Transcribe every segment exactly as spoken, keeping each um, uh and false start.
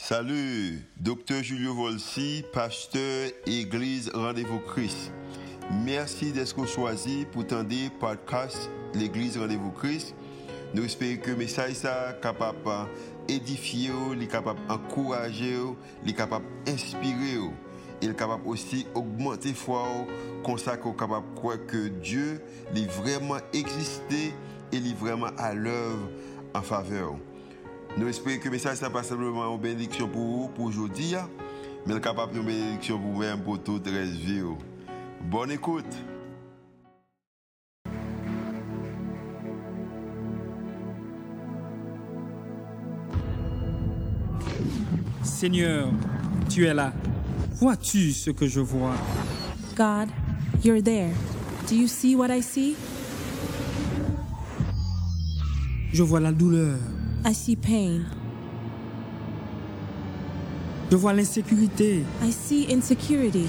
Salut, docteur Julio Volsi, pasteur Église Rendez-vous Christ. Merci d'être choisi pour tendre podcast l'Église Rendez-vous Christ. Nous espérons que le message est capable d'édifier, capable d'encourager, capable d'inspirer. Il est capable aussi d'augmenter la foi, comme ça qu'on est capable de croire que Dieu est vraiment existé et est vraiment à l'œuvre en faveur. Nous espérons que le message n'est pas simplement une bénédiction pour vous, pour aujourd'hui, mais capable de une bénédiction pour vous-même, pour toute la vie. Bonne écoute. Seigneur, tu es là. Vois-tu ce que je vois? God, you're there. Do you see what I see? Je vois la douleur. I see pain. Je vois l'insécurité. I see insecurity.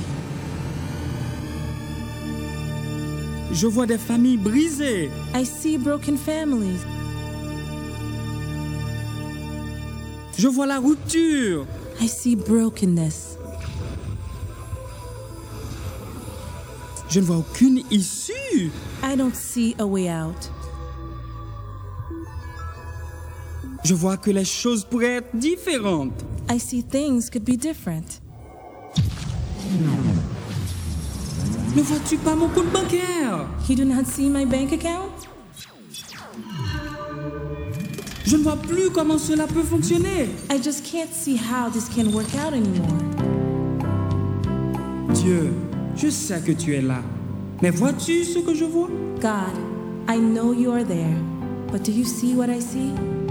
Je vois des familles brisées. I see broken families. Je vois la rupture. I see brokenness. Je ne vois aucune issue. I don't see a way out. Je vois que les choses pourraient être différentes. I see things could be different. Ne vois-tu pas mon compte bancaire? You do not see my bank account? Je ne vois plus comment cela peut fonctionner. I just can't see how this can work out anymore. Dieu, je sais que tu es là. Mais vois-tu ce que je vois? God, I know you are there. But do you see what I see?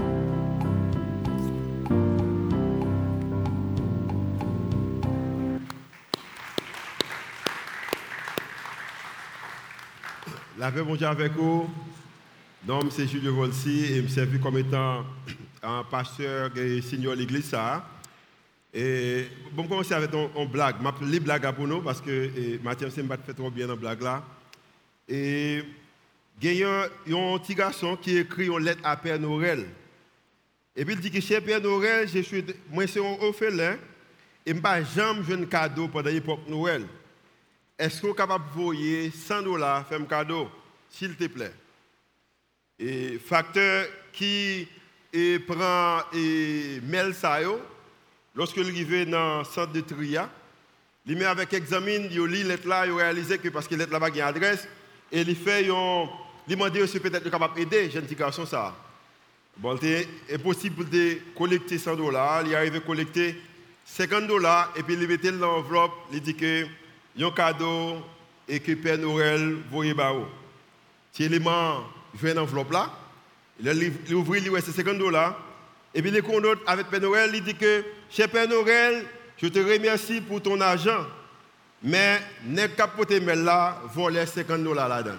La paix, bon Dieu avec vous. Donc, c'est Julio Volsi et je me servis comme étant un pasteur et senior de l'église. Ça. Et bon, je commencer avec une blague. Je vais les blagues pour nous parce que Mathieu ne fait trop bien dans la blague là. Et il y a un petit garçon qui écrit une lettre à Père Noël. Et puis il dit que chez Père Noël, je suis, moi c'est un orphelin et je n'ai pas jamais joué un cadeau pendant l'époque Noël. Est-ce que vous êtes capable de voyer cent dollars faire un cadeau, s'il te plaît? Et facteur qui et prend et mêle ça, lorsque il arrive dans le centre de Tria, il met avec examen, il lit la lettre là, il réalise que parce que la lettre là-bas a une adresse, et il fait, il demande si peut-être capable d'aider jeune petit garçon ça. Bon, c'est impossible de collecter cent dollars, il arrive à collecter cinquante dollars, et puis il met dans l'enveloppe, il dit que il y a un cadeau et que Père Noël voyait bao. Si l'élément fait une enveloppe là, il ouvre, il reste cinquante dollars. Et puis les connotes avec Père Noël, il dit que cher Père Noël, je te remercie pour ton argent, mais n'est capoté mais là, voler cinquante dollars là-dedans.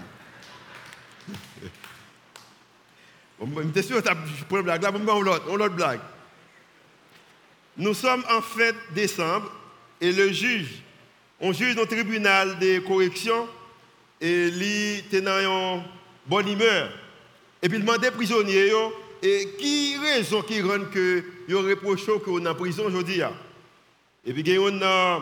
Je suis sûr que je prends une blague là, je prends l'autre blague. Nous sommes en fête décembre et le juge, on juge dans le tribunal de correction et il était dans une bonne humeur. Et puis il demandait aux prisonniers, et qui raison qui rend que il reproche qu'on est en prison aujourd'hui. Et puis il y a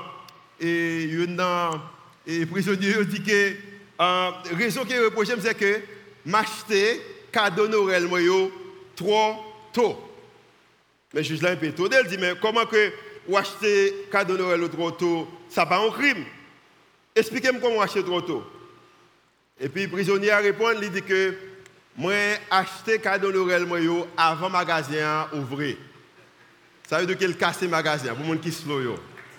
un prisonnier qui dit que la euh, raison qui reproche, c'est que m'acheter cadeau Noël trop tôt. Mais le juge là un peu tôt, il dit, mais comment que ou acheter cadeau Noël trop tôt, ça pas un crime. Expliquez-moi comment acheter trop tôt. Et puis le prisonnier répond, il dit que moi acheter cadeau Noël avant le magasin ouvrir. Ça veut dire qu'il casse le magasin pour les gens qui se loyaux.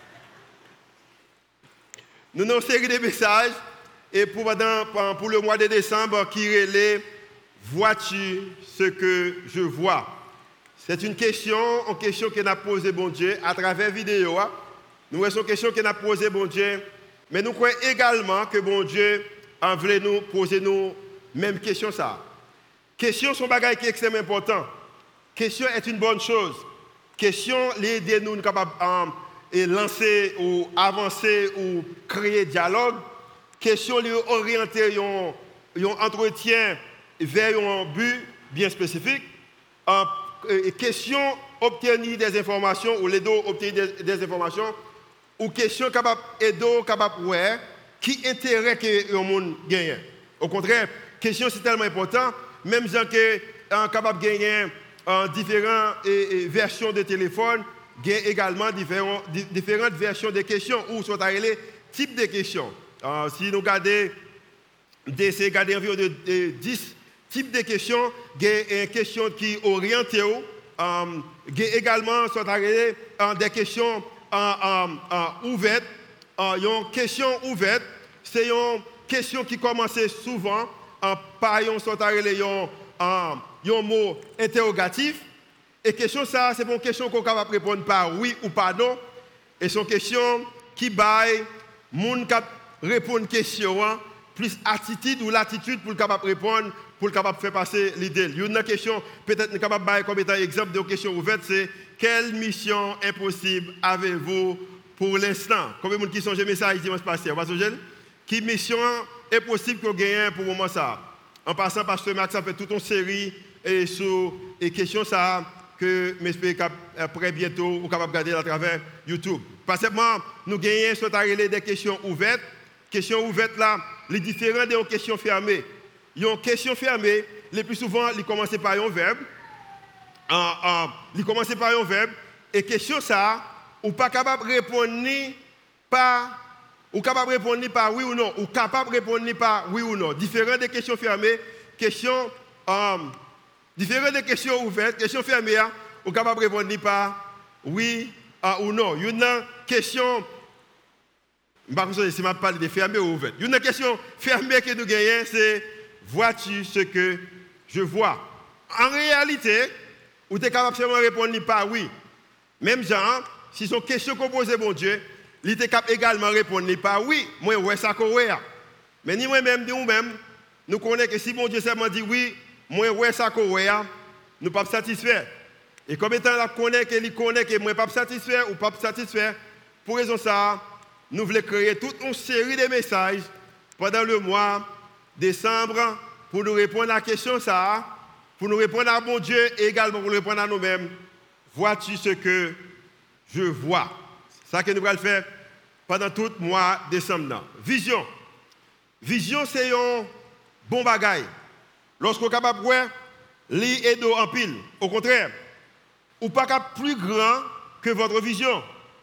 Nous avons une série de messages et pour, pour le mois de décembre qui relève vois-tu ce que je vois? C'est une question, une question que n'a posée bon Dieu à travers la vidéo. Nous avons une question que n'a posée bon Dieu, mais nous croyons également que bon Dieu en voulait nous poser nous même question ça. Question son bagage qui est extrêmement important. Question est une bonne chose. Question l'aider nous capables de lancer ou avancer ou créer dialogue. Question lui orienter un entretien vers un but bien spécifique. Et question obtenir des informations ou l'aider à obtenir des, des informations ou question capable aider capable ouais qui intérêt que le monde gagne. Au contraire, question c'est tellement important même gens que euh, capable gagner en différentes et, et versions de téléphone, gagne également différents, di, différentes versions de questions ou sont les types de questions. Euh, si nous regardons d'essayer de regarder environ de, de dix types de questions, il y a une question qui oriente, il um, y a également uh, des questions uh, um, uh, ouvertes. Uh, une question ouverte, c'est une question qui commence souvent uh, par un uh, mot interrogatif. Et question ça, c'est une question qu'on est capable de répondre par oui ou par non. Et c'est une question qui baille, moun cap répondre question, plus attitude ou l'attitude pour le capable répondre, pour le capable faire passer l'idée. Il y a une question, peut-être nous capable de comme étant exemple de question ouverte, c'est quelle mission impossible avez-vous pour l'instant? Combien de monde qui sont le message dimanche passé? Quelle mission impossible que vous gagnez pour le moment ça? En passant, Pasteur Max a fait toute une série et sur les questions ça que j'espère qu'après bientôt vous capable de regarder à travers YouTube. Pas seulement nous gagnons sur des questions ouvertes. Questions ouvertes là, les différentes des questions fermées. Les questions fermées, les plus souvent, ils commencent par un verbe. Euh, euh, ils commencent par un verbe. Et question ça, ou pas capable de répondre ni par, ou capable de répondre ni par oui ou non, ou capable de répondre ni par oui ou non. Différentes des questions fermées, questions, euh, différentes des questions ouvertes, questions fermées, ou capable de répondre ni par oui euh, ou non. Il y a une question. Je ne sais pas si je parle de fermé ou ouvert. Une question fermée que nous gagnons, c'est vois-tu ce que je vois? En réalité, vous êtes capable de répondre par oui. Même genre, si c'est une question qu'on pose bon Dieu, vous êtes capable également de répondre par oui. Moi, ouais, ça ouais. Mais ni moi-même, ni nous-mêmes, nous connaissons que si bon Dieu seulement dit oui, moi, ouais, ça ouais, nous ne sommes pas satisfaits. Et comme étant là, connaît que lui connaît que moi, pas satisfait ou pas satisfait, pour raison ça, nous voulons créer toute une série de messages pendant le mois de décembre pour nous répondre à la question ça, pour nous répondre à mon Dieu et également pour nous répondre à nous-mêmes. Vois-tu ce que je vois? C'est ça que nous allons faire pendant tout le mois de décembre. Vision. Vision, c'est un bon bagage. Lorsqu'on est capable de voir, lire et en pile. Au contraire, ou pas plus grand que votre vision.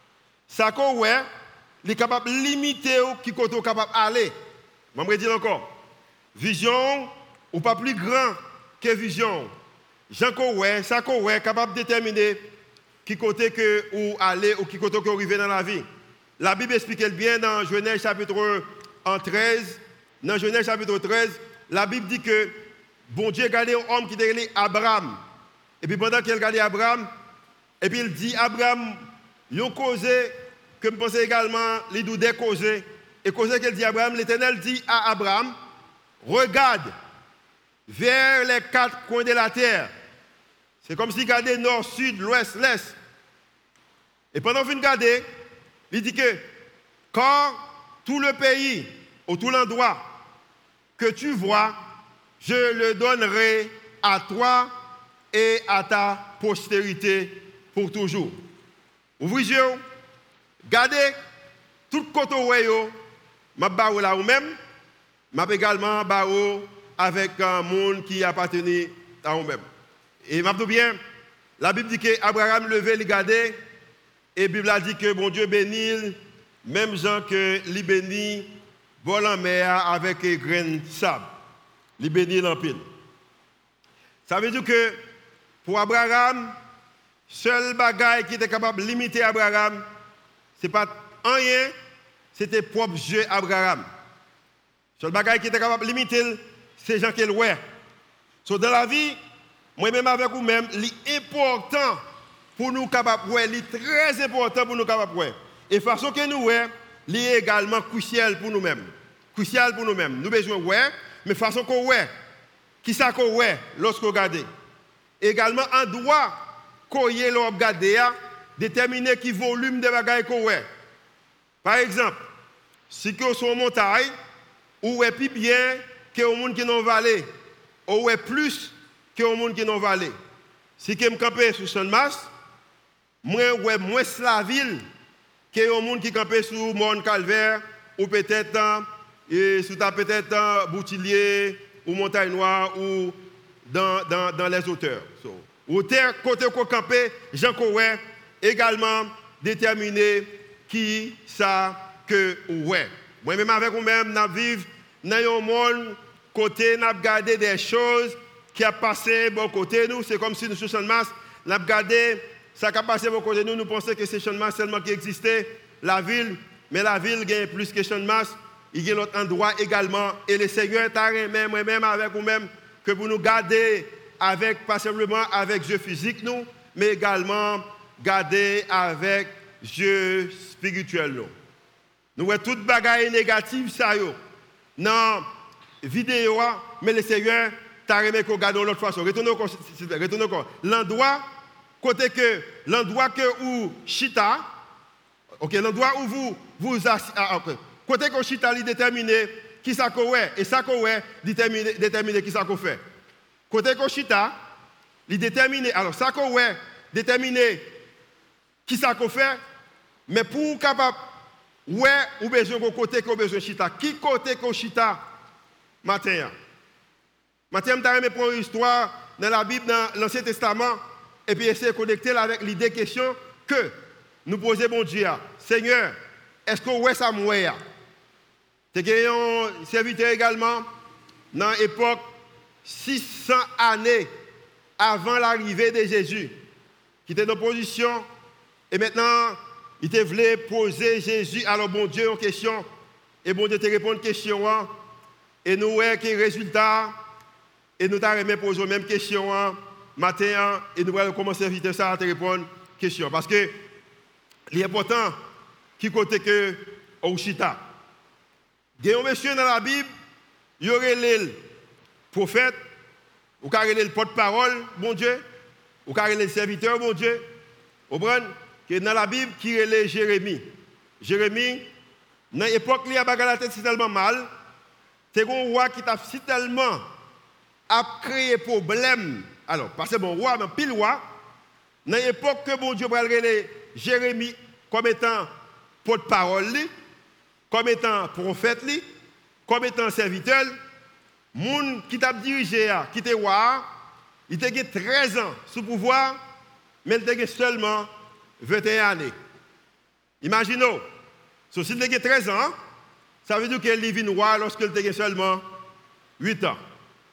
Ça qu'on voit, il est capable de limiter qui côté est capable d'aller. Je vais dire encore. Vision, ou pas plus grand que vision. Jean Koué, ça Koué, capable de déterminer qui côté que ou aller ou qui côté que arriver dans la vie. La Bible explique bien dans Genèse chapitre treize. Dans Genèse chapitre treize, la Bible dit que bon Dieu regardait un homme qui était Abraham. Et puis pendant qu'il regardait Abraham, et puis il dit Abraham, il a causé que je pense également, les doudets causés. Et causé qu'elle dit à Abraham, l'Éternel dit à Abraham, regarde vers les quatre coins de la terre. C'est comme si regardait nord, sud, l'ouest, l'est. Et pendant qu'il regardait, il dit que quand tout le pays, ou tout l'endroit que tu vois, je le donnerai à toi et à ta postérité pour toujours. Ouvrez les yeux. Gardez tout côté où je vais là ou même, je vais également avec un monde qui appartient à vous-même. Et je dis bien, la Bible dit qu'Abraham levait les garder, et la Bible a dit que bon Dieu bénit, même gens que lui bénit, vol en mer avec un grain de sable. Il bénit l'empile. Ça veut dire que pour Abraham, seul bagaille qui était capable de limiter Abraham, ce n'est pas rien, c'était propre jeu Abraham. Le seul bagage qui était capable de limiter, c'est Jean qui ouais. So, dans la vie, moi-même avec vous-même, l'important pour nous capables de c'est très important pour nous capables de et de façon que nous ouais, c'est également crucial pour nous-mêmes. Crucial pour nous-mêmes. Nous avons besoin de ouais, mais de façon qu'on ouais. Qui ça qu'on ouais lorsqu'on regarde? Également, un droit qu'on y est regarder, déterminer qui volume de bagages qu'on ouais. Par exemple, si vous sont en montagne, ou est plus bien que au monde qui dans vallée, ou est plus que au monde qui dans vallée. Si vous campez sur son masse, Moi, ouais, moins la ville que un monde qui campait sur Mont Calvaire ou peut-être et sous ta peut-être Boutillier ou Montagne Noire ou dans, dans, dans les hauteurs. So, ou terre côté qu'on campait, Jean Coé également déterminé qui ça que ouais. Moi-même avec vous-même, nous vivons dans un monde côté, nous regardé des choses qui a passé bon côté nous. C'est comme si nous, sur Champ de Mars, nous regardé ça qui a passé bon côté nous. Nous pensons que c'est Champ de Mars seulement qui existait, la ville. Mais la ville gagne plus que Champ de Mars. Il y a notre endroit également. Et le Seigneur est même moi-même avec vous-même que vous nous gardez avec, pas simplement avec yeux physiques, nous, mais également garder avec yeux spirituels. Nous, nous voyons toutes les bagailles négatives, ça y est. Dans la vidéo, mais le Seigneur t'a remis qu'on garde de l'autre façon. Retournez encore. L'endroit, côté que, l'endroit que où Chita, ok, l'endroit où vous, vous, ah, okay. Côté que Chita, il détermine qui ça qu'on fait, et ça qu'on fait, détermine, détermine qui ça qu'on fait. Côté que Chita, il détermine, alors ça qu'on fait, détermine qui ça qu'on fait, mais pour capable, ouais, ou besoin de côté qu'on besoin de Chita, qui côté qu'on Chita, matin. Matin, je vais prendre une histoire dans la Bible, dans l'Ancien Testament, et puis essayer de connecter avec l'idée question que nous posons bon Dieu. Seigneur, est-ce que ouais ça mourir? Tu as un serviteur également dans l'époque six cents années avant l'arrivée de Jésus, qui était dans position, et maintenant, il te voulait poser Jésus, alors bon Dieu, une question, et bon Dieu te répond une question, et nous voyons que le résultat, et nous t'avons posé la même question matin, et nous allons commencer à inviter ça à te répondre une question. Parce que l'important, qui côté que Ouchita. Il y a un monsieur dans la Bible, il y aurait le prophète, ou le porte-parole, bon Dieu, ou le serviteur, bon Dieu. Vous comprenez? Que dans la Bible, qui est Jérémie. Jérémie, dans l'époque, il y a la tête tellement mal, c'est un roi qui t'a si tellement a créé problème. Alors, parce que bon roi, mais pile roi, dans l'époque que bon Dieu va le Jérémie comme étant porte-parole, comme étant prophète, comme étant serviteur, les gens qui t'a dirigé, qui était roi, il était treize ans sous pouvoir, mais il était seulement vingt et un années. Imaginez, si il était treize ans, ça veut dire qu'il est venu roi lorsqu'il était seulement huit ans.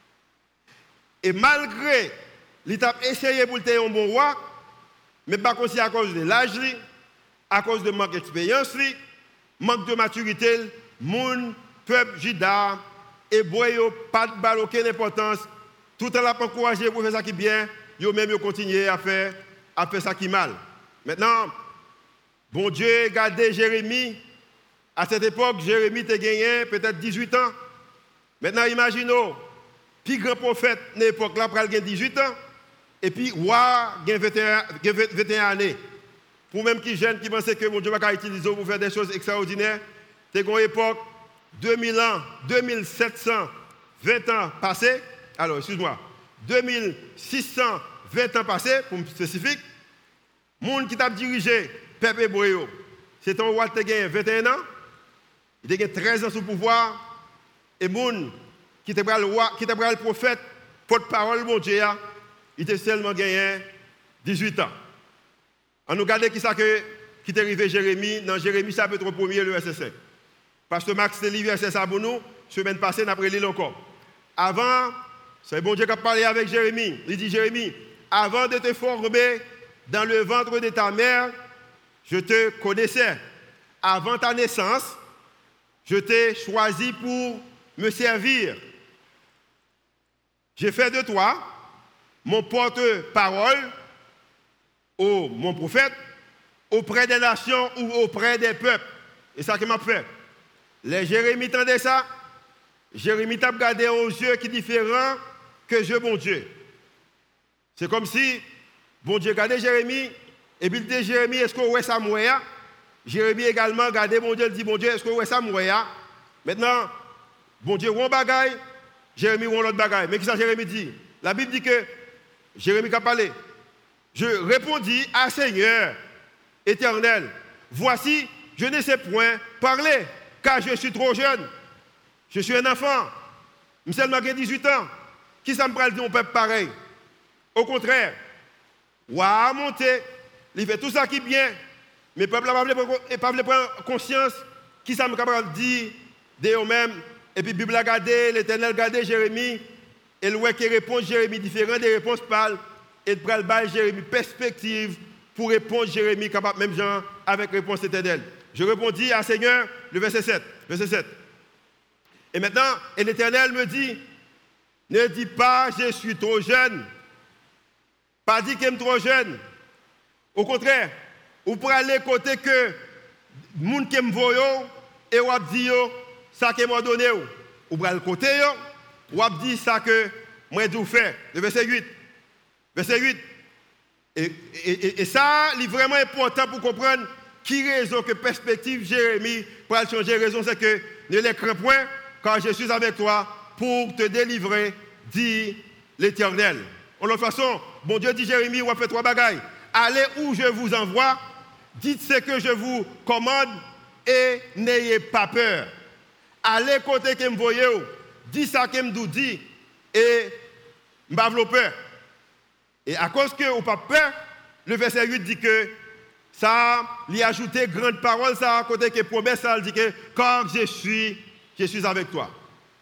Et malgré qu'il a essayé pour être un bon roi, mais pas aussi à cause de l'âge, à cause de manque d'expérience, manque de maturité, mon peuple juda et boyo pas de balle aucune importance, tout en l'a encouragé pour faire ça qui est bien, yo même yo continuer à faire à faire ça qui est mal. Maintenant, bon Dieu gardé Jérémie. À cette époque, Jérémie a gagné peut-être dix-huit ans. Maintenant, imaginez, puis grand prophète à l'époque là, il a dix-huit ans, et puis roi a vingt et un années. Pour même qui jeune qui pensait que mon Dieu va utiliser pour faire des choses extraordinaires, c'est une époque, deux mille ans, deux mille sept cent vingt ans passés, alors excuse-moi, deux mille six cent vingt ans passés, pour me spécifique, le monde qui t'a dirigé, peuple hébreu, c'est un roi qui a gagné vingt et un ans, il a gagné treize ans sous pouvoir, et le monde qui était le roi, qui était le prophète, porte-parole, mon Dieu, il a seulement gagné dix-huit ans. On nous regarde qui ça que qui est arrivé Jérémie, dans Jérémie chapitre un, le verset cinq. Pasteur Max te livre verset ça pour nous, semaine passée, on a pris encore. Avant, c'est bon Dieu qui a parlé avec Jérémie. Il dit Jérémie, avant de te former dans le ventre de ta mère, je te connaissais. Avant ta naissance, je t'ai choisi pour me servir. J'ai fait de toi mon porte-parole, ou mon prophète, auprès des nations ou auprès des peuples. Et ça qui m'a fait. Les Jérémie entendaient ça. Jérémie t'a regardé aux yeux qui sont différents que je, bon Dieu. C'est comme si, bon Dieu, regardez Jérémie, et puis il dit Jérémie, est-ce que vous voyez ça mourir? Jérémie également, regardez bon Dieu, il dit bon Dieu, est-ce que vous voyez ça mourir? Maintenant, bon Dieu, on bagaille, Jérémie, on l'autre bagaille. Mais qu'est-ce que Jérémie dit? La Bible dit que Jérémie a parlé. je répondis à Seigneur éternel, voici, je ne sais point parler, car je suis trop jeune. Je suis un enfant. Je suis seulement dix-huit ans. Qui ça me parle de mon peuple pareil? Au contraire, ouah, monter, il fait tout ça qui est bien, mais le peuple n'a pas voulu prendre conscience qui ça me parle dire de eux-mêmes. Et puis la Bible a gardé, l'Éternel a gardé Jérémie, et le ouais qui répond Jérémie différent des réponses parle, et il prend le Jérémie perspective pour répondre Jérémie capable même genre avec réponse éternelle. Je répondis à Seigneur, le verset sept. Verset sept. Et maintenant, et l'Éternel me dit, ne dis pas je suis trop jeune. Pas dit que je suis trop jeune. Au contraire, vous pouvez aller côté que les gens qui me voient et vous dit ça que m'a donné. Vous pouvez aller côté vous dit ça que moi je faire. Le verset huit. Verset huit. Et, et, et, et ça, c'est vraiment important pour comprendre qui raison que perspective Jérémie pour changer. Raison, c'est que ne les crains point, car je suis avec toi pour te délivrer, dit l'Éternel. De toute façon, bon Dieu dit Jérémie, on a fait trois bagailles. Allez où je vous envoie, dites ce que je vous commande et n'ayez pas peur. Allez côté que me voyez, dites ça que me dit et m'avez peur. Et à cause que vous n'avez pas peur, le verset huit dit que ça, lui ajouté grande parole, ça à côté que promesse, ça dit que quand je suis, je suis avec toi.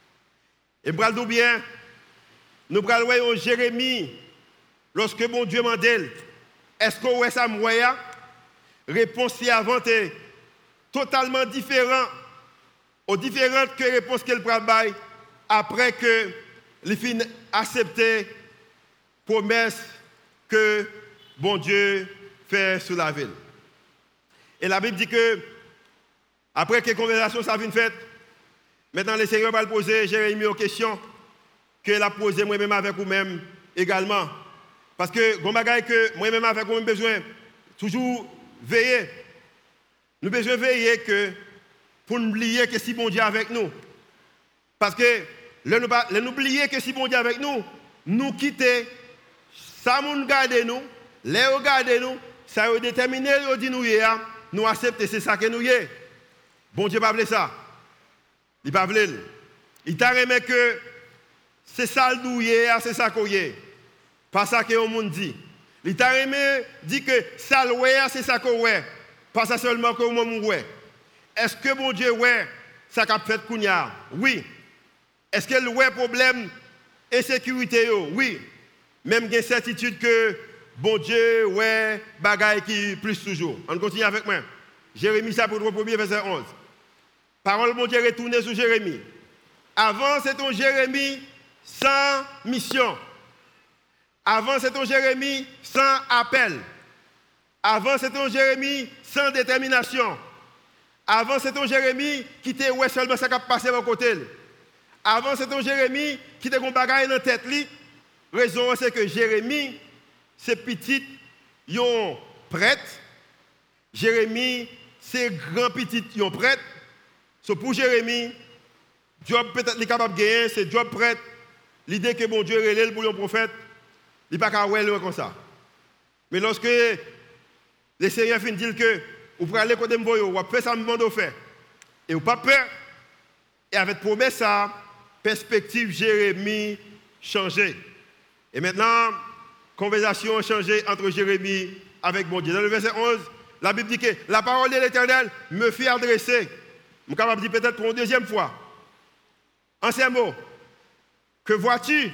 Et nous bien, nous voyons Jérémie, lorsque mon Dieu m'a dit, est-ce que vous avez ça moyen? Réponse si avant est totalement différente, aux différentes que réponses qu'elle prend après que les filles accepté promesse que bon Dieu fait sur la ville. Et la Bible dit que après que la conversation s'est faite, maintenant le Seigneur va poser Jérémie aux questions que a posé moi-même avec vous-même également. Parce que bon bagaille que moi-même avec vous-même besoin toujours veiller. Nous besoin veiller que pour n'oublier que si bon Dieu est avec nous. Parce que le n'oublier que si bon Dieu est avec nous, nous quitter, ça nous garde nous, les regarder nous, ça va déterminer, dit nous nous accepter, c'est ça que nous y est. Bon Dieu pas voulu ça. Il pas voulu. Il t'a remis que c'est ça le nous y est, c'est ça qu'on y est. Pas ça que le monde dit. Il t'a remis dit que ça le est, c'est ça qu'on est. Pas ça seulement que le monde est. Est-ce que bon Dieu ouais ça qu'a fait kounya? Oui. Est-ce que le ouais problème insécurité yo? Oui. Même une certitude que bon Dieu, ouais, bagaille qui plus toujours. On continue avec moi. Jérémie, chapitre premier, verset onze. Parole bon Dieu retournée sur Jérémie. Avant, c'était un Jérémie sans mission. Avant, c'était un Jérémie sans appel. Avant, c'était un Jérémie sans détermination. Avant, c'était un Jérémie qui était ouais seulement ça qui a passé à côté. Avant, c'était un Jérémie qui était un bagaille dans la tête. Raison, c'est que Jérémie, c'est petit, yon prêtre. Jérémie, c'est grand petit, yon prêtre. So pour Jérémie, job peut-être capable de gagner, c'est job prêtre. L'idée que bon Dieu relève pour un prophète, il n'est pas qu'à ouais comme ça. Mais lorsque le Seigneur finit de dire que vous pouvez aller côté de moi, vous pouvez faire ça, vous faire. Et vous n'avez pas peur. Et avec promesse, ça, perspective Jérémie changée. Et maintenant, conversation changée entre Jérémie avec mon Dieu. Dans le verset onze, la Bible dit que la parole de l'Éternel me fit adresser. Je suis capable de dire peut-être pour une deuxième fois. En ces mots, que vois-tu?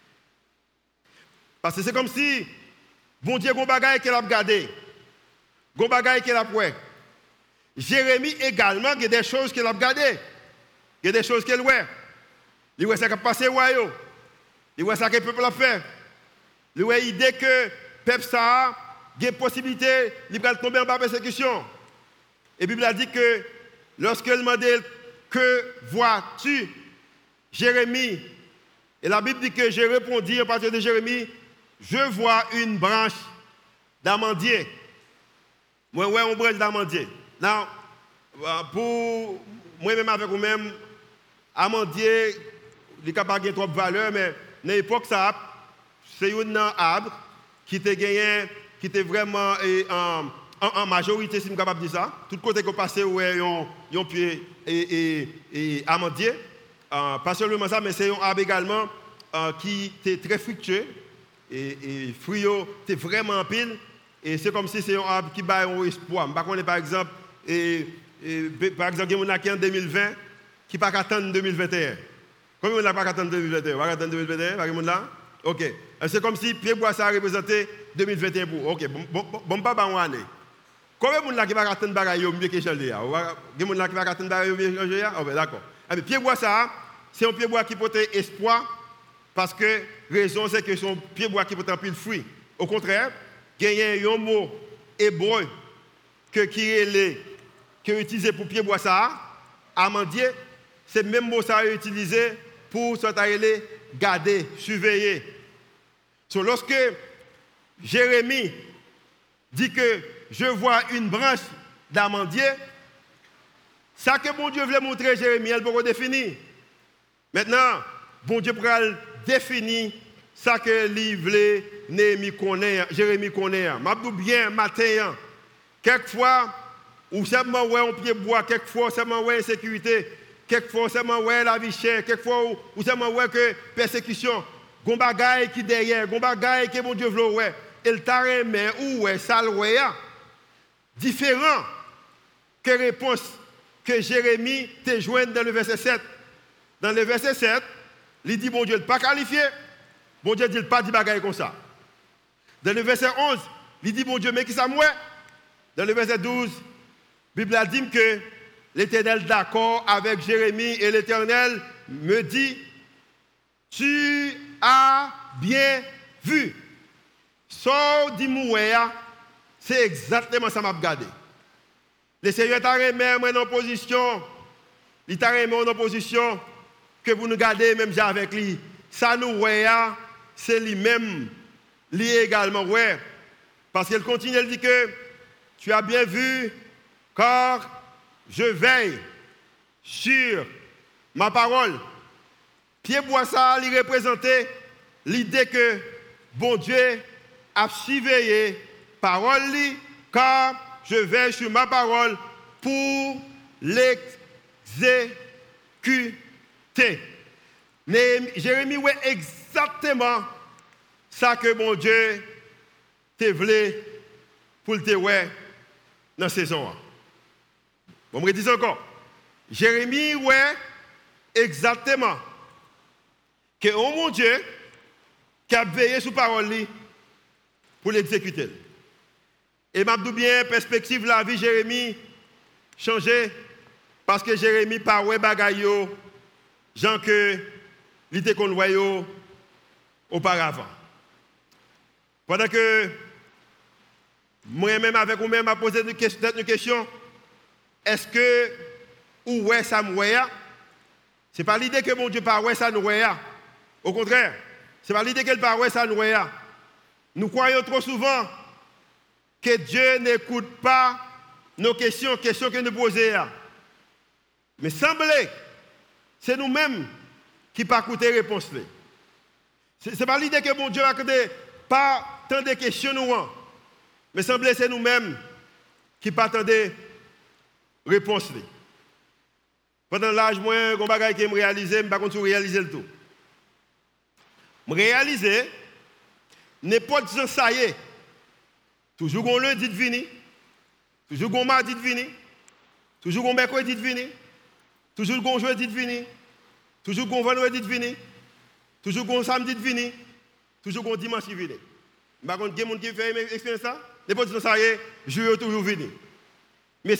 Parce que c'est comme si, bon Dieu, il y a des bagailles qu'il a regardé. Il y a des bagailles qu'il a pris. Jérémie également, il y a des choses qu'il a regardées. Il y a des choses qu'il voit. Il voit ça qui a passé au royaume. Il voit ça que le peuple a fait. Il voit l'idée que le peuple a des possibilités de tomber en bas de persécution. Et la Bible a dit que lorsqu'elle m'a dit que vois-tu, Jérémie, et la Bible dit que j'ai répondu à partir de Jérémie, je vois une branche d'amandier. Moi, ouais, une branche d'amandier. Non, pour moi-même avec vous-même, amandier, il n'y a pas trop de valeur, mais à l'époque, ça, c'est un arbre qui a gagné qui était vraiment et, en, en, en majorité, si je suis capable de dire ça. Tout côté qu'on passait, ouais, ils ont pied et, et, et amandier. Euh, pas seulement ça, mais c'est un arbre également euh, qui était très fructueux. Et, et fruits étaient vraiment en pile. Et c'est comme si c'est un arbre qui bat un espoir. Par contre, par exemple, et, et, par exemple, il y a un qui en deux mille vingt qui ne peut pas attendre deux mille vingt et un. Combien de gens ne peut pas attendre deux mille vingt et un? Vous attendre deux mille vingt et un? Par exemple, là? Ok. C'est comme si Pierre Bois ça représentait deux mille vingt et un pour. Ok. Bon, bon, bon pas par année. Combien de gens qui ne peut pas attendre bagaille mieux que Jean Léa? Combien de gens qui ne peut pas attendre bagaille mieux que Jean Léa? Ok, d'accord. Mais Pierre Bois ça, c'est un Pierre Bois qui porte espoir parce que la raison c'est que son Pierre Bois qui porte un pile fruit. Au contraire, il y a un mot hébreu que qui est qui est utilisé pour Pierre Bois ça, amandier, c'est le même mot ça est utilisé pour garder, surveiller. So, lorsque Jérémie dit que je vois une branche d'amandier, ça que bon Dieu voulait montrer Jérémie, elle peut définir. Maintenant, bon Dieu pourra définir ça que lui voulait Néhémie connaît, Jérémie connaît. M'abdou bien matin, quelquefois ou seulement ouais on pied bois, quelquefois seulement ouais insécurité, quelquefois seulement ouais la vie chère, quelquefois ou seulement ouais que persécution, gon bagaille qui derrière, gon bagaille que mon Dieu veut ouais, elle t'a remis ou ouais ça le ouais différent que réponse que Jérémie te joint dans le verset sept. Dans le verset sept, il dit bon Dieu n'est pas qualifié, bon Dieu dit pas dit bagaille comme ça. Dans le verset onze, il dit bon Dieu mais qui ça moi? Dans le verset douze, la Bible a dit que l'Éternel d'accord avec Jérémie et l'Éternel me dit tu as bien vu. Sors d'Imouéa, c'est exactement ça m'a regardé. Le Seigneur t'a remis en opposition, il t'a remis en opposition que vous nous gardez même avec lui. Ça nous voyons, c'est lui-même, lui également ouais. Parce qu'elle continue, elle dit que tu as bien vu, car je veille sur ma parole. Pierre Boissa, il représentait l'idée que bon Dieu a surveillé parole, car je veille sur ma parole pour l'exécuter. Jérémie, ouais, exactement ça que mon Dieu te voulait pour te ouais dans la saison. Bon, je me dis encore. Jérémie, ouais, exactement que oh mon Dieu qui a veillé sur parole pour l'exécuter. Et m'a dit bien perspective la vie Jérémie changé parce que Jérémie pas ouais bagaille gens que il était qu'on voyait auparavant. Pendant que moi-même avec vous-même m'a posé une question, est-ce que ou ouais ça me voyait? C'est pas l'idée que mon Dieu pas ouais ça nous voyait. Au contraire, c'est pas l'idée qu'elle pas ouais ça nous voyait. Nous croyons trop souvent que Dieu n'écoute pas nos questions, questions que nous posons. Mais semblait, c'est nous-mêmes qui pas écouter réponse. Ce n'est pas l'idée que mon Dieu a pas tant de questions nous, mais semblait c'est nous-mêmes qui pas tant de réponse. Pendant l'âge moi, un bagage que je réalise, je ne sais pas si réaliser le tout. Je réalise, n'importe qui ça y est. Toujours un lundi de venir, toujours un mardi de venir, toujours un mercredi de venir, toujours un jeudi de venir, toujours un vendredi de venir, toujours un samedi de venir, toujours un dimanche de venir. Par contre, il y a des gens qui font expérience ça, n'importe qui ça y est, je vais toujours venir. Mais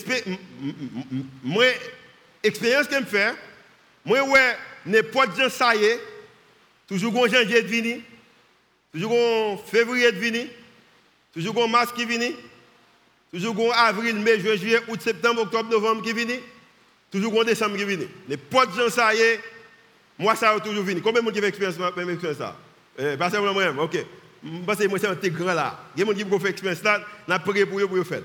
moi, l'expérience que je fais, moi, ouais, n'importe qui ça y est, toujours un janvier de venir, toujours un février de venir, toujours un mars qui vient, toujours un avril, mai, juin, juillet, août, septembre, octobre, novembre qui vient, toujours un décembre qui vient. Les potes gens ça y est, moi ça a toujours venu. Combien de gens qui ont expérience même expérience ça? Eh, parce que moi-même, ok. Parce que moi c'est un petit grand là. Il y a des gens qui ont fait expérience là, on a prié pour eux pour eux faire.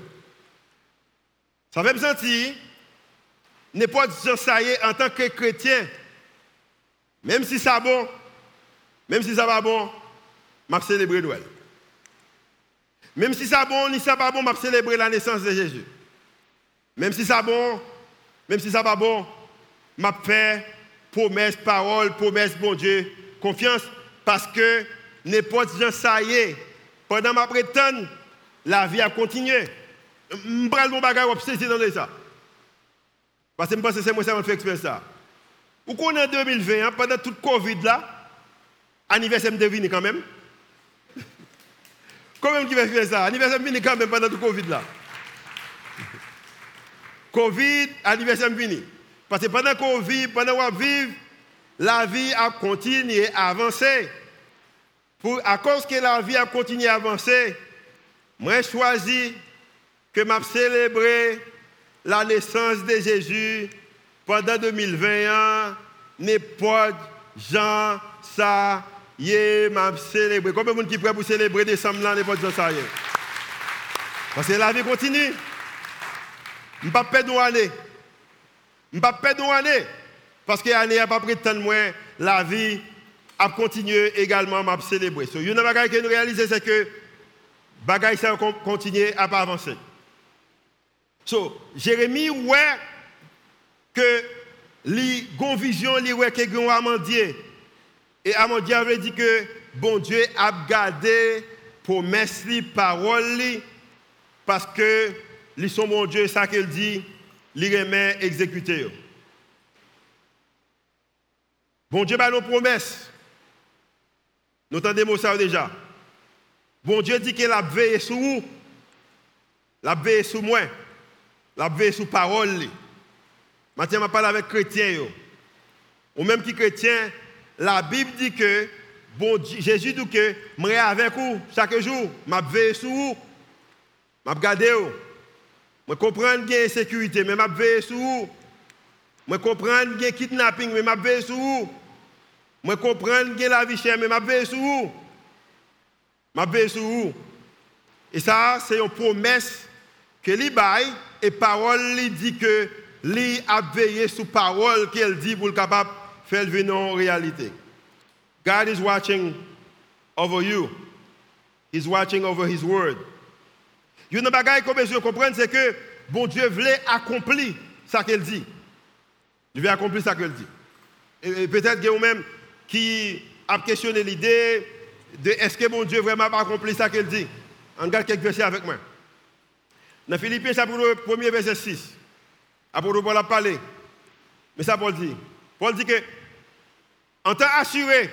Ça fait me sentir, n'importe gens ça y est en tant que chrétien, même si ça bon, même si ça va bon, m'a célébrer Noël. Même si ça bon, ni ça pas bon, m'a célébrer la naissance de Jésus. Même si ça bon, même si ça pas bon, m'a fait promesse, parole, promesse, bon Dieu, confiance, parce que n'importe gens ça y est, pendant ma prétendre, la vie a continué. Je prends mon bagage obsédé dans ça. Parce que je pense que c'est moi qui fait expérience ça. Ou qu'on est en deux mille vingt, hein, pendant toute Covid là, anniversaire me devine quand même. Comment qui va faire ça? Anniversaire me vient quand même pendant toute Covid là. Covid, anniversaire me vient. Parce que pendant qu'on vit, pendant qu'on vit, la vie a continué à avancer. Pour, à cause que la vie a continué à avancer, moi j'ai choisi que m'a célébrer la naissance de Jésus pendant deux mille vingt, n'importe Jean, ça y est, m'a célébré. Combien de gens qui prêt pour célébrer décembre là, n'importe Jean, ça y est. Parce que la vie continue. Je ne peux pas perdre une année. Je ne peux pas perdre une année. Parce que l'année n'a pas pris tant de moins, la vie a continué également à célébrer. So, une chose que nous réalisons, c'est que bagaille ça continue à pas avancer. So, Jérémie ouais que li gon vision li ouais que gon Amandier et Amandier avait dit que bon Dieu a gardé promesse li parole li parce que li son bon Dieu ça qu'il dit li remet exécuter yo. Bon Dieu ba nos promesses. Nous entendons ça déjà. Bon Dieu dit qu'il a veillé sur vous. Il a veillé sur moi. Il a veillé sur parole. Maintenant, je parle avec les chrétiens. Ou même qui chrétien, la Bible dit que bon Dieu, Jésus dit que je suis avec vous chaque jour. Je veille sur vous. Je regarde vous. Je comprends qu'il y a insécurité, mais je veille sur vous. Je comprends qu'il y a kidnapping, mais je veille sur vous. Je comprends qu'il y a la vie chère, mais je veille sur vous. Je veille sur vous. Et ça, c'est une promesse que li baille et parole li dit que li a veillé sur parole qu'elle dit pour le capable faire venir en réalité. God is watching over you. He's watching over his word. Une chose qu'on besoin comprendre c'est que bon Dieu voulait accomplir ça qu'elle dit. Il veut accomplir ça qu'elle dit. Et, et peut-être que vous-même qui a questionné l'idée de est-ce que bon Dieu vraiment a accompli ça qu'elle dit. On regarde quelques versets avec moi. Dans Philippiens, chapitre premier, verset six. Apôtre Paul a parlé. Mais ça, Paul dit. Paul dit que, en tant assuré,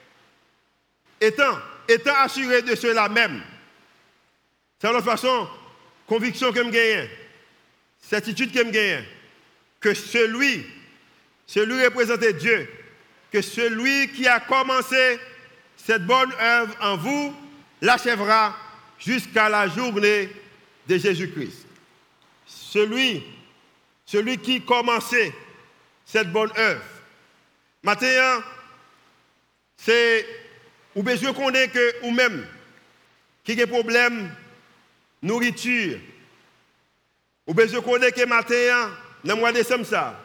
étant, étant assuré de cela même, c'est de façon, conviction que je gagne, certitude que je gagne, que celui, celui représenté Dieu, que celui qui a commencé cette bonne œuvre en vous, l'achèvera jusqu'à la journée de Jésus-Christ. Celui, celui qui commençait cette bonne œuvre. Maintenant, c'est ou besoin qu'on ait que ou même qui a des problèmes nourriture. Ou besoin qu'on ait que maintenant, dans le mois de décembre ça.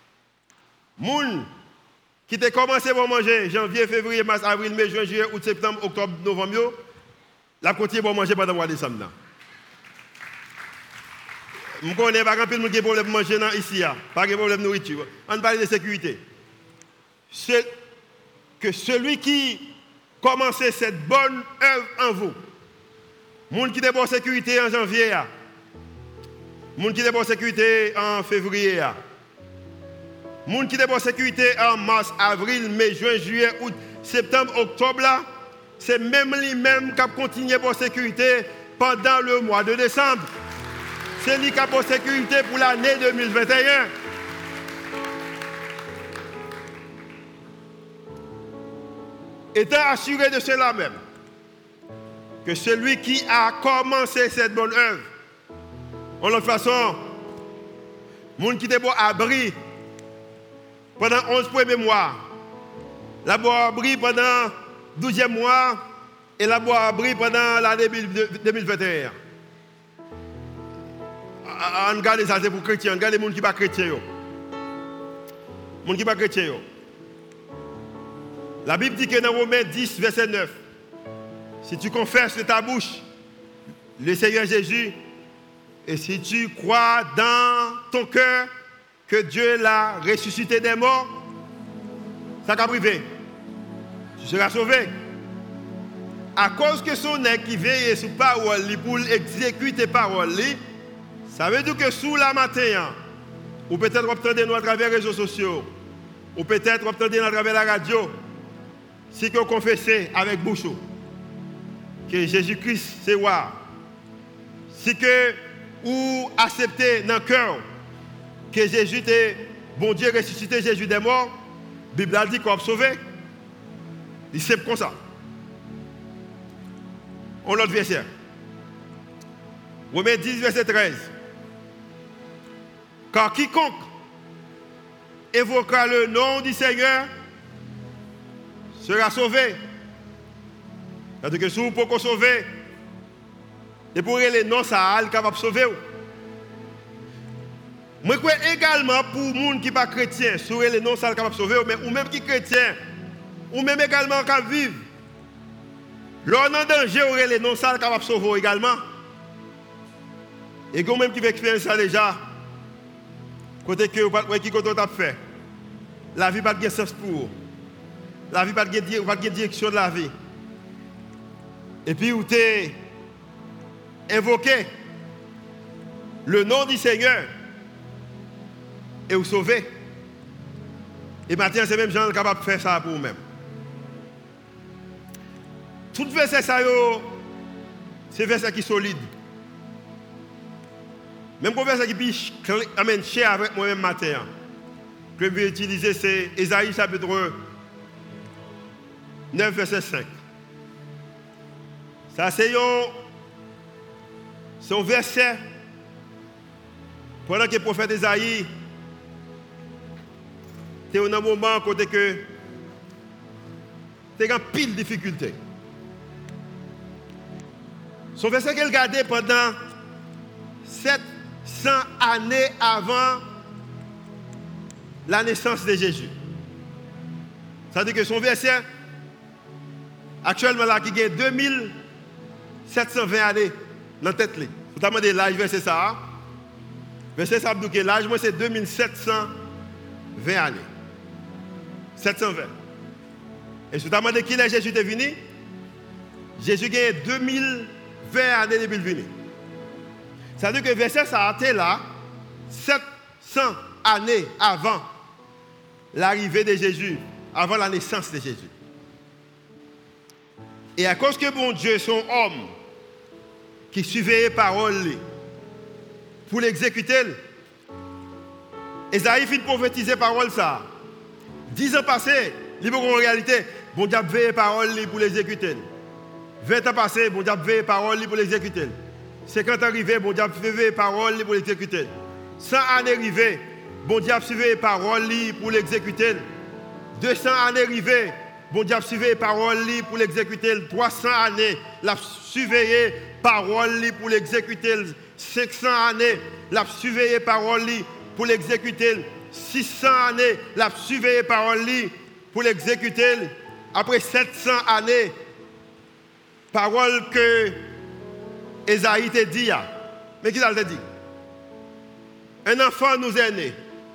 Moun qui a commencé à manger janvier, février, mars, avril, mai, juin, juillet, août, septembre, octobre, novembre, la continué à manger pendant le mois de décembre. Je ne connais pas grand monde qui a problème de manger ici, pas de problème de nourriture. On parle de sécurité. C'est que celui qui commençait cette bonne œuvre en vous, monde qui a bonne sécurité en janvier, monde qui a bonne sécurité en février, monde qui a bonne sécurité en mars, avril, mai, juin, juillet, août, septembre, octobre, là, c'est même lui-même qui a continué bonne sécurité pendant le mois de décembre. C'est lui qui a bonne sécurité pour l'année deux mille vingt et un. Étant assuré de cela même, que celui qui a commencé cette bonne œuvre, en l'autre façon, monde qui était bon abri pendant onze premiers mois, la bon abri pendant douzième mois et la bon abri pendant l'année deux mille vingt et un. On regarde ça, c'est pour les chrétiens, on regarde les gens qui ne sont pas chrétiens. Les gens qui ne sont pas chrétiens. La Bible dit que dans Romains dix, verset neuf, si tu confesses de ta bouche le Seigneur Jésus, et si tu crois dans ton cœur que Dieu l'a ressuscité des morts, ça va privé. Tu seras sauvé. À cause que son nez qui veille sur parole pour exécuter parole, ça veut dire que sous la matin, ou peut-être obtenir nous à travers les réseaux sociaux, ou peut-être obtenir à travers la radio, si que vous confessez avec bouche que Jésus-Christ c'est roi, si que vous acceptez dans le cœur que Jésus est bon Dieu ressuscité Jésus des morts, la Bible dit qu'on va sauver. C'est comme ça. On l'autre verset. Romains dix, verset treize. Car quiconque évoquera le nom du Seigneur sera sauvé. C'est-à-dire que si vous pouvez sauver, et pour les noms, ça a capable de sauver. Moi, je crois également pour les gens qui ne sont pas chrétiens, si les noms, ça a capable de sauver, mais ou même qui sont chrétiens, ou même également qui vivent. L'on en danger, ou les noms, ça a capable de sauver également. Et vous même qui avez expérience ça déjà, côté que vous ne qui côté vous fait. La vie n'a pas de sens pour vous. La vie n'a pas de direction de la vie. Et puis vous avez invoqué le nom du Seigneur et vous sauvez. Et maintenant, c'est même gens capables de faire ça pour vous-même. Tout verset ça, c'est verset qui est solide. Même pour verset qui est cher avec moi-même matin, que je vais utiliser, c'est Ésaïe chapitre neuf, verset cinq. Ça, c'est un, un verset pendant que le prophète Ésaïe était dans un moment côté que il y a pile de difficultés. Son verset qu'elle gardait pendant sept cents années avant la naissance de Jésus. Ça veut dire que son verset, actuellement, là, qui a deux mille sept cent vingt années dans la tête. Vous demandez l'âge, verset ça. Verset ça, donc l'âge, moi, c'est deux mille sept cent vingt années. sept cent vingt. Et si vous demandez qui est Jésus est venu, Jésus a deux mille vingt années depuis le venu. Ça veut dire que verset ça a été là, sept cents années avant l'arrivée de Jésus, avant la naissance de Jésus. Et à cause que bon Dieu, son homme, qui suivait les paroles pour l'exécuter, Esaïe fit prophétiser parole ça. Dix ans passés, il en réalité, bon Dieu a veillé les paroles pour l'exécuter. Vingt ans passés, bon Dieu a veillé les paroles pour l'exécuter. Cinquante ans arrivés, bon Dieu a veillé les paroles pour l'exécuter. Cent années arrivées, bon Dieu a suivi les paroles pour l'exécuter. Deux cents années arrivées, bon Dieu a suivi les paroles pour l'exécuter. Trois cents années, l'a surveillé paroles pour l'exécuter. cinq cents années, l'a surveillé paroles pour l'exécuter. six cents années, l'a surveillé paroles pour l'exécuter. Après sept cents années, parole que Esaïe te dit. Mais qui t'a dit? Un enfant nous est né.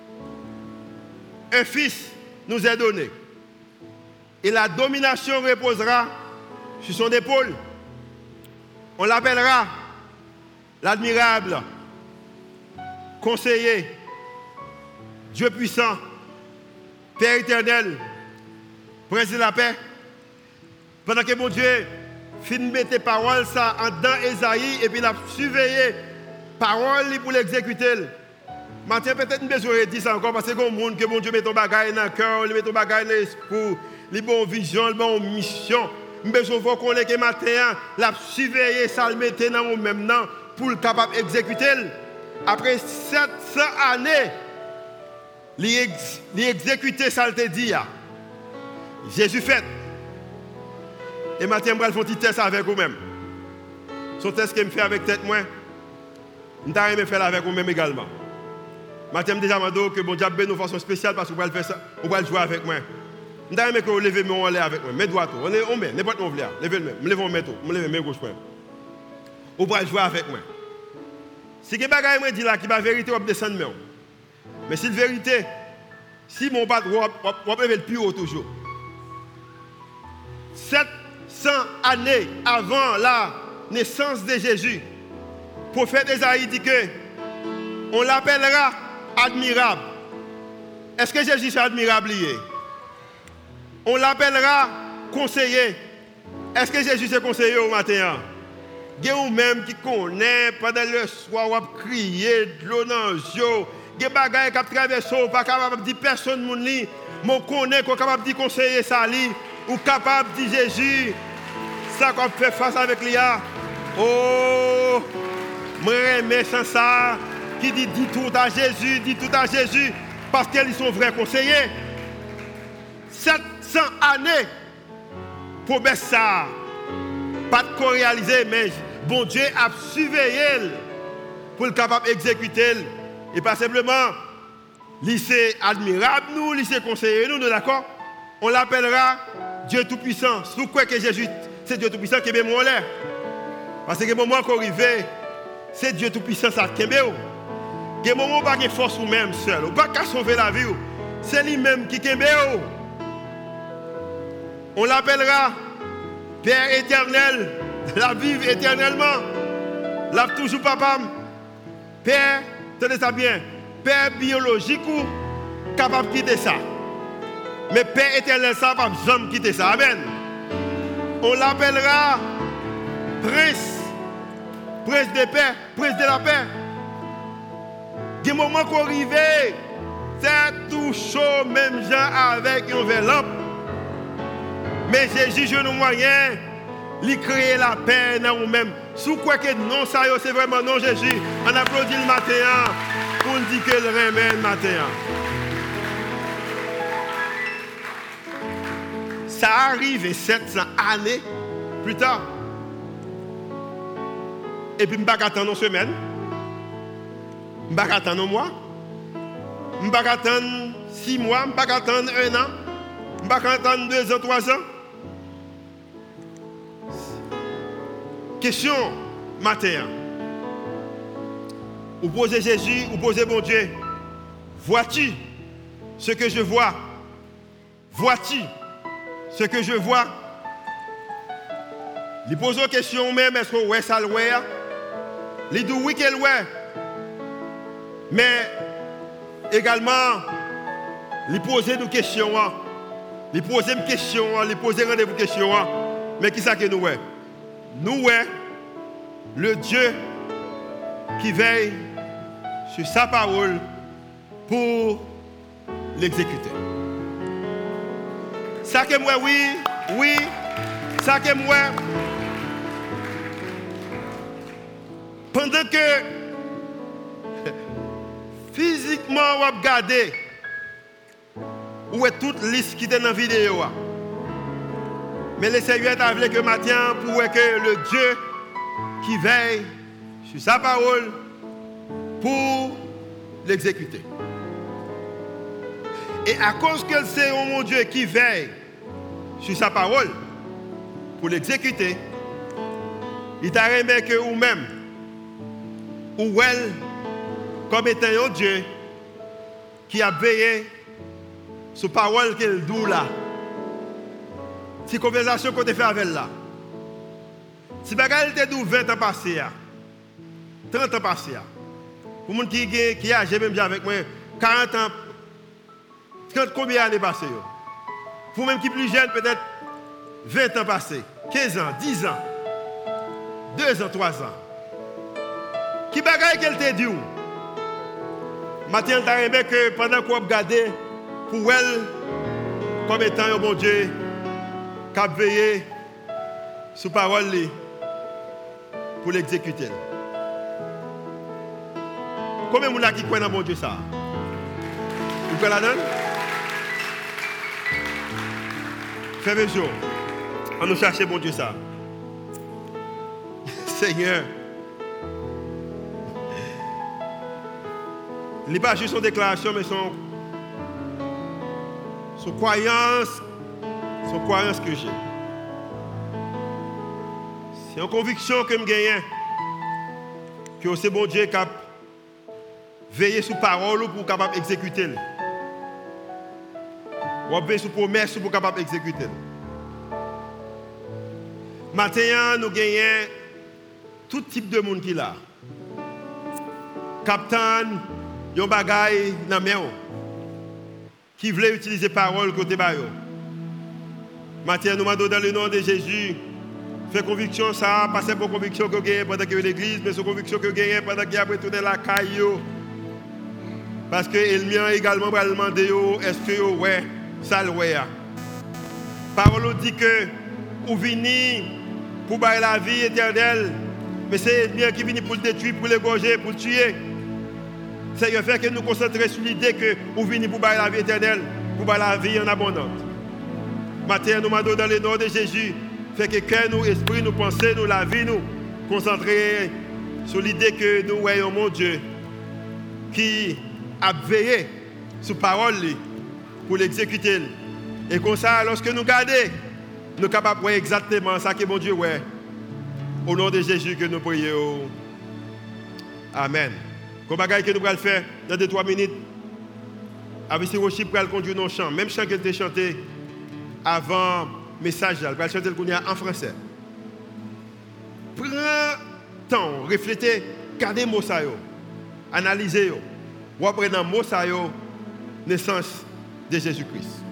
Un fils nous est donné. Et la domination reposera sur son épaule. On l'appellera l'admirable, conseiller, Dieu puissant, Père éternel, Prince de la paix. Pendant que mon Dieu finit de mettre paroles ça en dedans Esaïe et puis il a surveillé paroles pour l'exécuter. Maintenant, peut-être nous besoin de dire ça encore parce que comme monde que mon Dieu met ton bagage dans le cœur, il met ton bagage dans l'esprit, les bonnes visions, les bonnes missions. Nous besoin de connaître que matin, la surveiller ça le mettre dans nous même pour le capable d'exécuter. Après sept cents années, il exécuter ça le te dit. Jésus fait. Et maintenant, je vais faire un petit test avec vous-même. Son test que je fais avec tête moi, je vais faire avec vous-même également. Maintenant, je déjà demandé que bon Dieu ait une façon spéciale parce que vous allez faire ça, vous allez jouer avec moi. Je vais que vous levez mon lait avec moi, mes doigts, on met, n'importe où vous voulez, levez le même, je lève mon métaux, je lève mes gauche. Vous pouvez jouer avec moi. Si quelque chose me dit là qui va vérité, on va descendre même. Mais si la vérité, si mon pat, on va le plus haut toujours. sept cents années avant la naissance de Jésus, le prophète Esaïe dit que on l'appellera admirable. Est-ce que Jésus est admirable lié? On l'appellera conseiller. Est-ce que Jésus est conseiller au matin? Il y a même qui connaît pendant le soir, on va crier de l'eau dans les yeux. Il y a des choses qui traversent, pas capable de dire personne ne lit. Mais connaît qu'on est capable de dire conseiller ça lit. Ou capable de dire Jésus. Ça qu'on fait face avec l'I A. Oh, moi j'aime sans ça. Qui dit dis tout à Jésus, dis tout à Jésus. Parce qu'ils sont vrais conseillers. sept cents années pour baisser ça. Pas de co-réaliser, mais bon Dieu a surveillé pour être capable d'exécuter. Et pas simplement, lycée admirable, nous, lycée conseiller, nous, nous d'accord? On l'appellera Dieu Tout-Puissant. Si vous croyez que Jésus, c'est Dieu Tout-Puissant qui est bien l'air. Parce que le moment qu'on arrive, c'est Dieu Tout-Puissant qui est bien. Il y a un moment où pas de force ou même seul. Ou pas qu'à sauver la vie. C'est lui-même qui est bien. On l'appellera Père éternel, la vive éternellement. Lave toujours papa. Père, tenez ça bien. Père biologique ou capable de quitter ça. Mais Père éternel, ça ne va jamais quitter ça. Amen. On l'appellera Prince. Prince de paix. Prince de la paix. Du moment qu'on arrive, c'est tout chaud, même gens avec une enveloppe. Mais Jésus, je nous moyen, il crée la paix dans nous-mêmes. Si vous croyez que non, ça c'est vraiment non Jésus, on applaudit le matin pour nous dire que le remet le matin. Ça arrive sept cents années plus tard. Et puis, je ne vais pas attendre une semaine. Je ne vais pas attendre un mois. Je ne vais pas attendre six mois. Je ne vais pas attendre un an. Je ne vais pas attendre deux ans, trois ans. Question matin. Vous posez Jésus, vous posez mon Dieu. Vois-tu ce que je vois? Vois-tu ce que je vois? Il pose une question même, est-ce que ouais ça le ouais? Il dit oui qu'elle ouais. Mais également, il pose une question. Il pose une question, il pose une rendez-vous question. Mais qui ça que nous ouais? Nous ouais, le Dieu qui veille sur sa parole pour l'exécuter. Ça que moi oui, oui, ça que moi. Pendant que physiquement on va regarder où est toute liste qui est dans la vidéo. Mais le Seigneur t'a voulu que matin pour que le Dieu qui veille sur sa parole pour l'exécuter. Et à cause que c'est mon Dieu qui veille sur sa parole pour l'exécuter, il t'a remis que vous-même, ou elle, comme étant un Dieu qui a veillé sur la parole qu'elle doit là. Si conversation qu'on a fait avec là. Si bagarre était d'où vingt ans passés, trente ans passés. Pour les gens qui qui âgé même avec moi, quarante ans, trente combien d'années passées? Pour même qui plus jeune, peut-être vingt ans passés, quinze ans, dix ans, deux ans, trois ans. Qui bagaille qu'elle t'a dit? Matin, t'as aimé que pendant qu'on regarde pour elle, comme étant un bon Dieu, qui a veillé sur la parole pour l'exécuter. Combien de gens qui croient dans bon Dieu ça? Vous croyez là-dedans? Faites jour. On nous cherche bon Dieu ça. Seigneur. Il n'est pas juste son déclaration, mais son, son croyance, son croyance que j'ai. C'est une conviction que je gagne que c'est bon Dieu qui a veillé sur parole pour capable d'exécuter. Ou veiller sur promesse pour capable d'exécuter. Maintenant, nous gagnons tout type de monde qui est là. Captain, yon bagay nan men qui voulait utiliser parole côté ba yo. Maintenant, nous demandons dans le nom de Jésus, fait conviction ça, pas pour conviction que gagne pendant que l'église, mais c'est conviction que gagne pendant qu'il a retourné la caille yo. Parce que l'ennemi a également va demander yo, est-ce que yo ouais, ça le ouais. Parole dit que ou vini pour bailler la vie éternelle, mais c'est l'ennemi qui vient pour le détruire, pour l'égorger, pour le tuer. C'est le fait que nous concentrions sur l'idée que nous venons pour bailler la vie éternelle, pour bailler la vie en abondance. Maintenant, nous demandons dans le nom de Jésus, fait que cœur, nous, esprit, nous pensons, nous, la vie, nous, concentrer sur l'idée que nous voyons mon Dieu qui a veillé sur parole pour l'exécuter. Et comme ça, lorsque nous regardons, nous sommes capables de voir exactement ça que mon Dieu ouais. Au nom de Jésus que nous prions. Amen. Comme bagaille que nous allons faire dans deux trois minutes, avec ce worship pour conduire nos chants, même chant que tu as chanté avant le message, nous allons chanter en français. Prends temps, réfléchissez, gardez les mots, analysez, ou après dans les mots, naissance de Jésus-Christ.